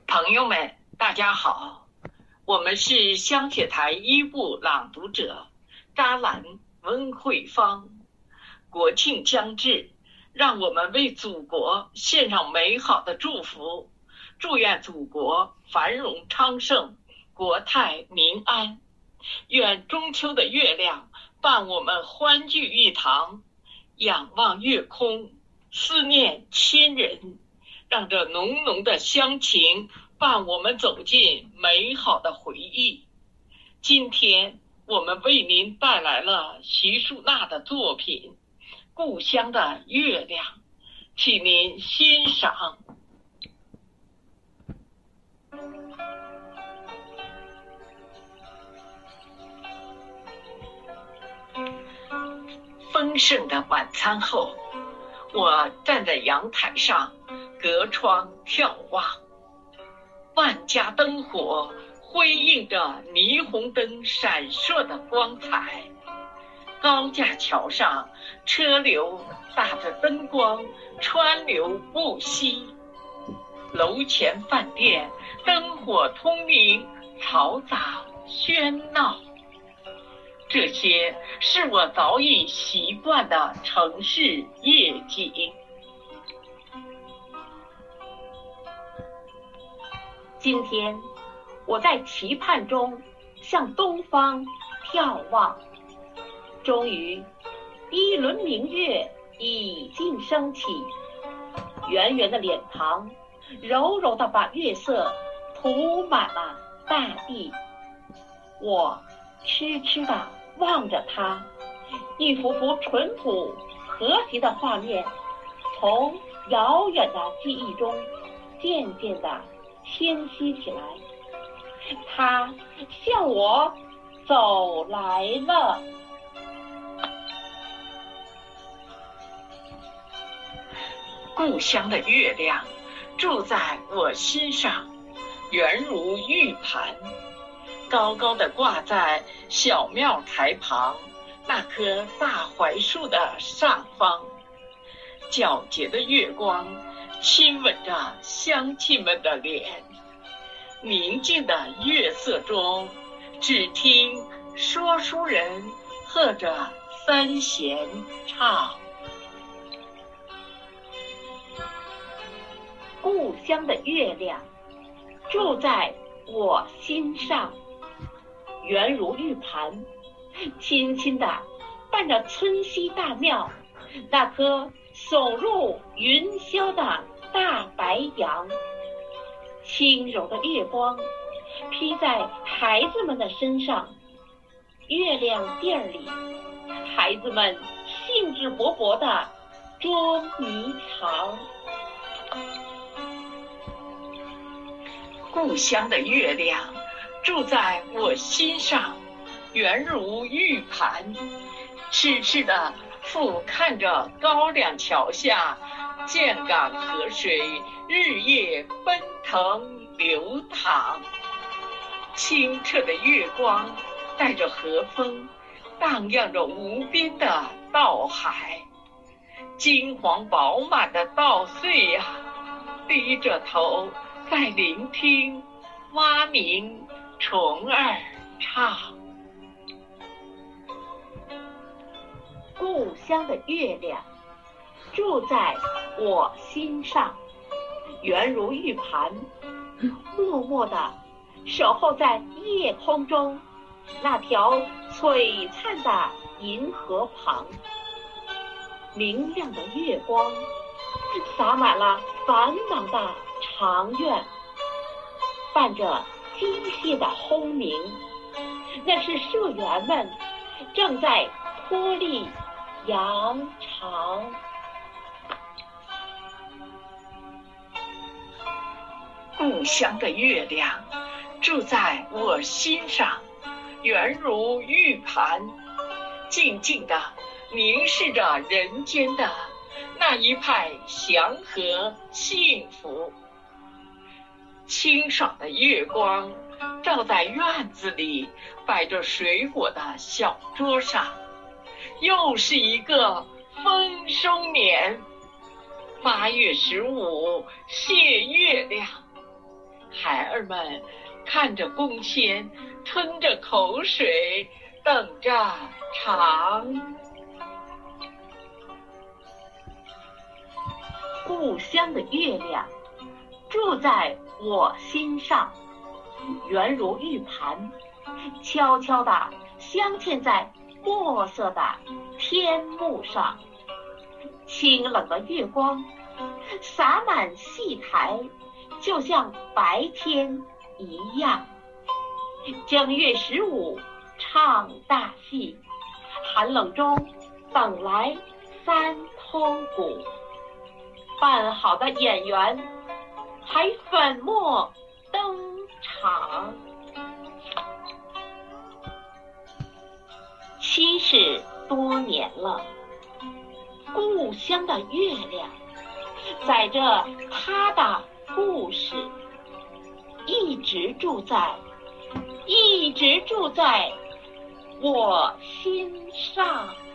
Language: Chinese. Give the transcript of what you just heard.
朋友们，大家好，我们是香雪台一部朗读者扎兰温慧芳。国庆将至，让我们为祖国献上美好的祝福，祝愿祖国繁荣昌盛，国泰民安。愿中秋的月亮伴我们欢聚一堂，仰望月空，思念亲人，让这浓浓的乡情伴我们走进美好的回忆。今天我们为您带来了徐树娜的作品《故乡的月亮》，请您欣赏。丰盛的晚餐后，我站在阳台上，隔窗眺望，万家灯火辉映着霓虹灯闪烁的光彩，高架桥上车流打着灯光川流不息，楼前饭店灯火通明，嘈杂喧闹。这些是我早已习惯的城市夜景。 今天我在期盼中向东方眺望，终于第一轮明月已经升起，圆圆的脸庞柔柔地把月色涂满了大地。我痴痴地望着它，一幅幅淳朴和谐的画面从遥远的记忆中渐渐地清晰起来，它向我走来了。 故乡的月亮住在我心上，圆如玉盘，高高的挂在小庙台旁那棵大槐树的上方，皎洁的月光亲吻着乡亲们的脸，宁静的月色中，只听说书人和着三弦唱。 故乡的月亮住在我心上，圆如玉盘，轻轻地伴着村西大庙那颗耸入云霄的大白杨，轻柔的月光披在孩子们的身上，月亮店里孩子们兴致勃勃地捉迷藏。 故乡的月亮住在我心上，圆如玉盘，痴痴地俯瞰着高粱桥下建港河水日夜奔腾流淌，清澈的月光带着和风，荡漾着无边的稻海，金黄饱满的稻穗呀，低着头在聆听蛙鸣虫儿唱。 故乡的月亮住在我心上，圆如玉盘，默默地守候在夜空中那条璀璨的银河旁，明亮的月光洒满了繁忙的长院，伴着机械的轰鸣，那是社员们正在脱力扬长。 故乡的月亮住在我心上，圆如玉盘，静静地凝视着人间的那一派祥和幸福。清爽的月光照在院子里摆着水果的小桌上，又是一个丰收年。8月15谢月亮， 孩儿们看着宫仙，吞着口水，等着尝。 故乡的月亮住在我心上，圆如玉盘，悄悄地镶嵌在墨色的天幕上。清冷的月光洒满戏台，就像白天一样。正月15唱大戏，寒冷中等来3通鼓。扮好的演员还粉墨登场。70多年了，故乡的月亮载着它的故事，一直住在我心上。